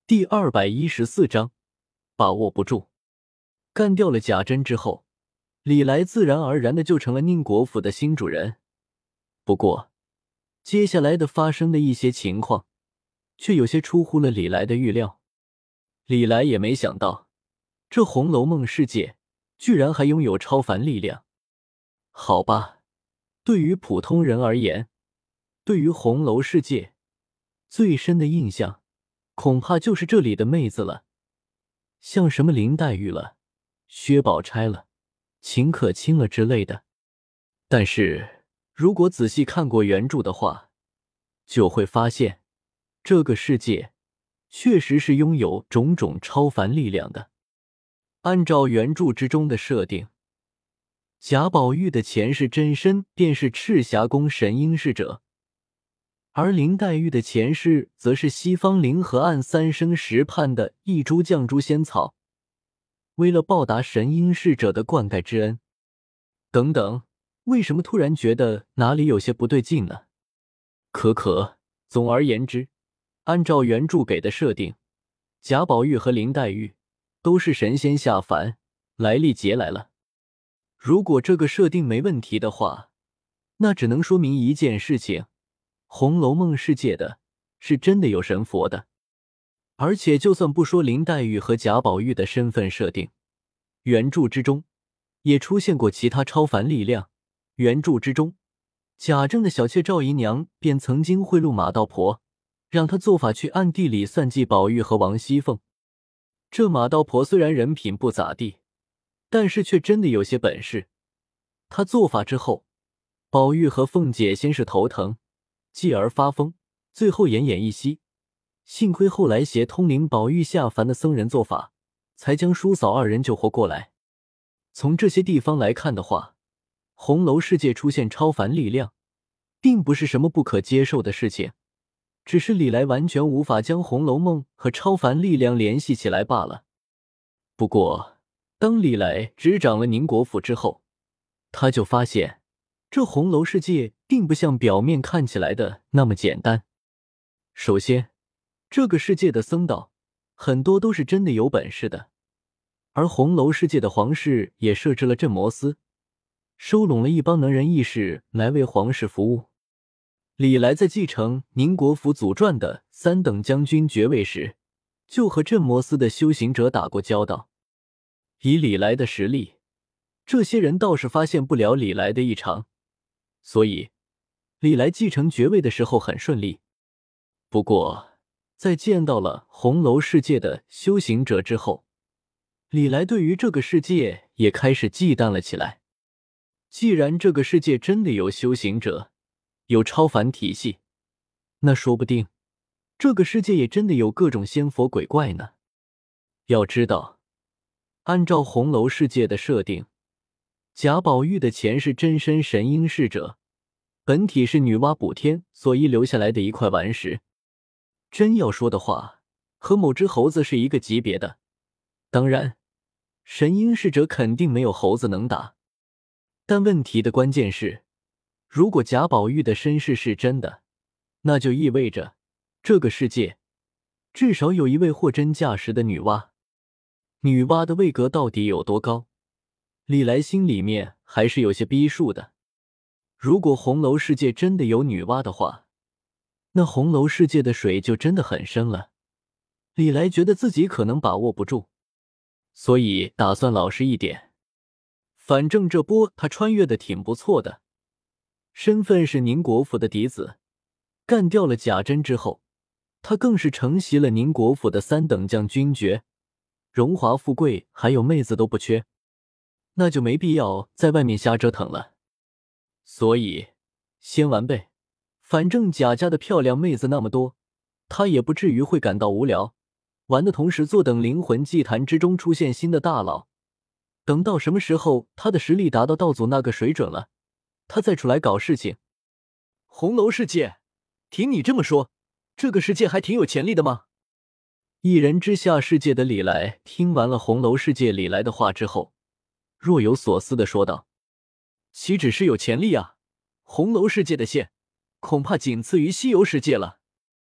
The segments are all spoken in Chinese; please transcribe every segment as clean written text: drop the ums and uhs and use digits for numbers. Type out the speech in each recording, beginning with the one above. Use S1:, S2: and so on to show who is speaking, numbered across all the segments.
S1: 第214章，把握不住。干掉了贾珍之后，李来自然而然的就成了宁国府的新主人。不过，接下来的发生的一些情况，却有些出乎了李来的预料。李来也没想到，这《红楼梦》世界居然还拥有超凡力量。好吧，对于普通人而言，对于红楼世界最深的印象恐怕就是这里的妹子了，像什么林黛玉了、薛宝钗了、秦可卿了之类的。但是如果仔细看过原著的话，就会发现这个世界确实是拥有种种超凡力量的。按照原著之中的设定，贾宝玉的前世真身便是赤霞宫神瑛侍者，而林黛玉的前世则是西方灵河岸三生石畔的一株绛珠仙草，为了报答神瑛侍者的灌溉之恩。等等，为什么突然觉得哪里有些不对劲呢？总而言之，按照原著给的设定，贾宝玉和林黛玉都是神仙下凡，来历劫来了。如果这个设定没问题的话，那只能说明一件事情，《红楼梦》世界的是真的有神佛的。而且就算不说林黛玉和贾宝玉的身份设定，原著之中也出现过其他超凡力量。原著之中，贾政的小妾赵姨娘便曾经贿赂马道婆，让她做法去暗地里算计宝玉和王熙凤。这马道婆虽然人品不咋地，但是却真的有些本事。她做法之后，宝玉和凤姐先是头疼，继而发疯，最后奄奄一息。幸亏后来携通灵宝玉下凡的僧人做法，才将叔嫂二人救活过来。从这些地方来看的话，红楼世界出现超凡力量并不是什么不可接受的事情，只是李来完全无法将红楼梦和超凡力量联系起来罢了。不过当李来执掌了宁国府之后，他就发现这红楼世界并不像表面看起来的那么简单。首先，这个世界的僧道很多都是真的有本事的，而红楼世界的皇室也设置了镇魔司，收拢了一帮能人异士来为皇室服务。李来在继承宁国府祖传的三等将军爵位时，就和镇魔司的修行者打过交道。以李来的实力，这些人倒是发现不了李来的异常，所以李来继承爵位的时候很顺利。不过在见到了红楼世界的修行者之后，李来对于这个世界也开始忌惮了起来。既然这个世界真的有修行者，有超凡体系，那说不定这个世界也真的有各种仙佛鬼怪呢。要知道，按照红楼世界的设定，贾宝玉的前世真身神瑛侍者本体是女娲补天所遗留下来的一块顽石，真要说的话，和某只猴子是一个级别的。当然，神瑛侍者肯定没有猴子能打。但问题的关键是，如果贾宝玉的身世是真的，那就意味着这个世界至少有一位货真价实的女娲。女娲的位格到底有多高，李来心里面还是有些逼数的。如果红楼世界真的有女娲的话，那红楼世界的水就真的很深了。李来觉得自己可能把握不住，所以打算老实一点。反正这波他穿越的挺不错的，身份是宁国府的嫡子，干掉了贾珍之后，他更是承袭了宁国府的三等将军爵，荣华富贵还有妹子都不缺，那就没必要在外面瞎折腾了。所以先玩呗，反正贾家的漂亮妹子那么多，他也不至于会感到无聊，玩的同时坐等灵魂祭坛之中出现新的大佬。等到什么时候他的实力达到道祖那个水准了，他再出来搞事情。红楼世界，听你这么说，这个世界还挺有潜力的吗？一人之下世界的李来听完了红楼世界李来的话之后，若有所思地说道：岂止是有潜力啊，红楼世界的线恐怕仅次于西游世界了。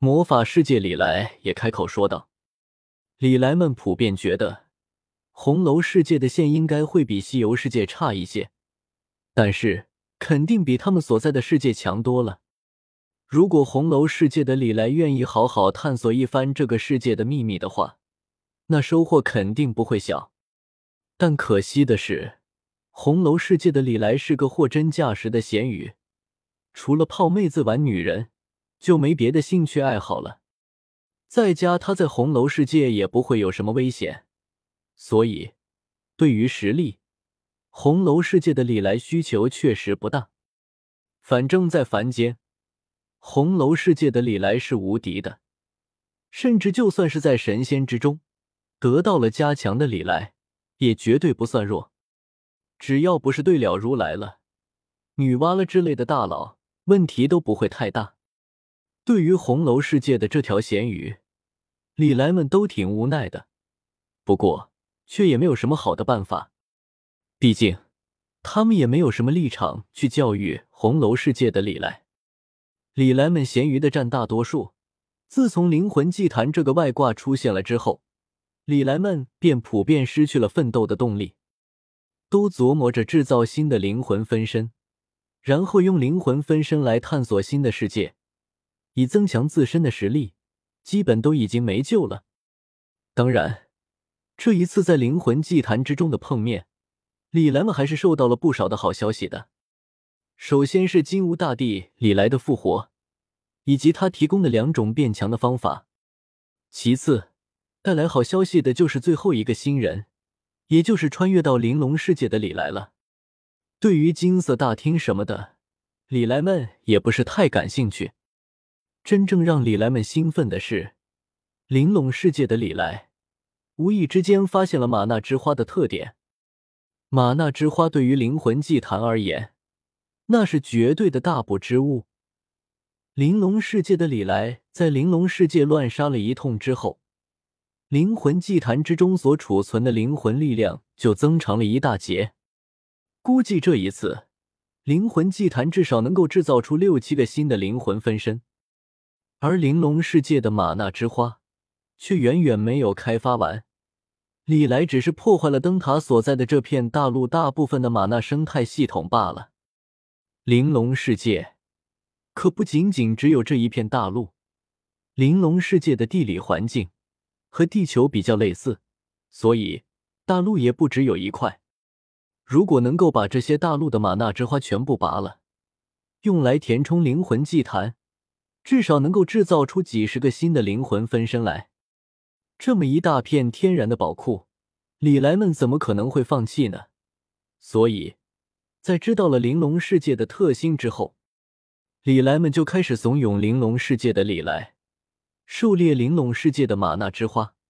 S1: 魔法世界里来也开口说道。里来们普遍觉得红楼世界的线应该会比西游世界差一些，但是肯定比他们所在的世界强多了。如果红楼世界的里来愿意好好探索一番这个世界的秘密的话，那收获肯定不会小。但可惜的是，红楼世界的里来是个货真价实的咸鱼，除了泡妹子玩女人，就没别的兴趣爱好了。再加他在红楼世界也不会有什么危险，所以对于实力，红楼世界的里来需求确实不大。反正在凡间，红楼世界的里来是无敌的，甚至就算是在神仙之中得到了加强的里来，也绝对不算弱。只要不是对了如来了、女娲了之类的大佬，问题都不会太大。对于红楼世界的这条咸鱼，里来们都挺无奈的，不过却也没有什么好的办法。毕竟他们也没有什么立场去教育红楼世界的里来。里来们咸鱼的占大多数，自从灵魂祭坛这个外挂出现了之后，里来们便普遍失去了奋斗的动力，都琢磨着制造新的灵魂分身，然后用灵魂分身来探索新的世界，以增强自身的实力，基本都已经没救了。当然，这一次在灵魂祭坛之中的碰面，里来们还是受到了不少的好消息的。首先是金乌大帝里来的复活，以及他提供的2种变强的方法。其次，带来好消息的就是最后一个新人，也就是穿越到玲珑世界的里来了。对于金色大厅什么的，里来们也不是太感兴趣。真正让里来们兴奋的是，玲珑世界的里来无意之间发现了玛纳之花的特点。玛纳之花对于灵魂祭坛而言，那是绝对的大补之物。玲珑世界的里来在玲珑世界乱杀了一通之后，灵魂祭坛之中所储存的灵魂力量就增长了一大截。估计这一次，灵魂祭坛至少能够制造出6、7个新的灵魂分身。而玲珑世界的玛纳之花却远远没有开发完，里来只是破坏了灯塔所在的这片大陆大部分的玛纳生态系统罢了。玲珑世界可不仅仅只有这一片大陆，玲珑世界的地理环境和地球比较类似，所以大陆也不只有一块。如果能够把这些大陆的玛纳之花全部拔了，用来填充灵魂祭坛，至少能够制造出几10个新的灵魂分身来。这么一大片天然的宝库，里来们怎么可能会放弃呢？所以在知道了玲珑世界的特性之后，里来们就开始怂恿玲珑世界的里来狩猎玲珑世界的玛纳之花。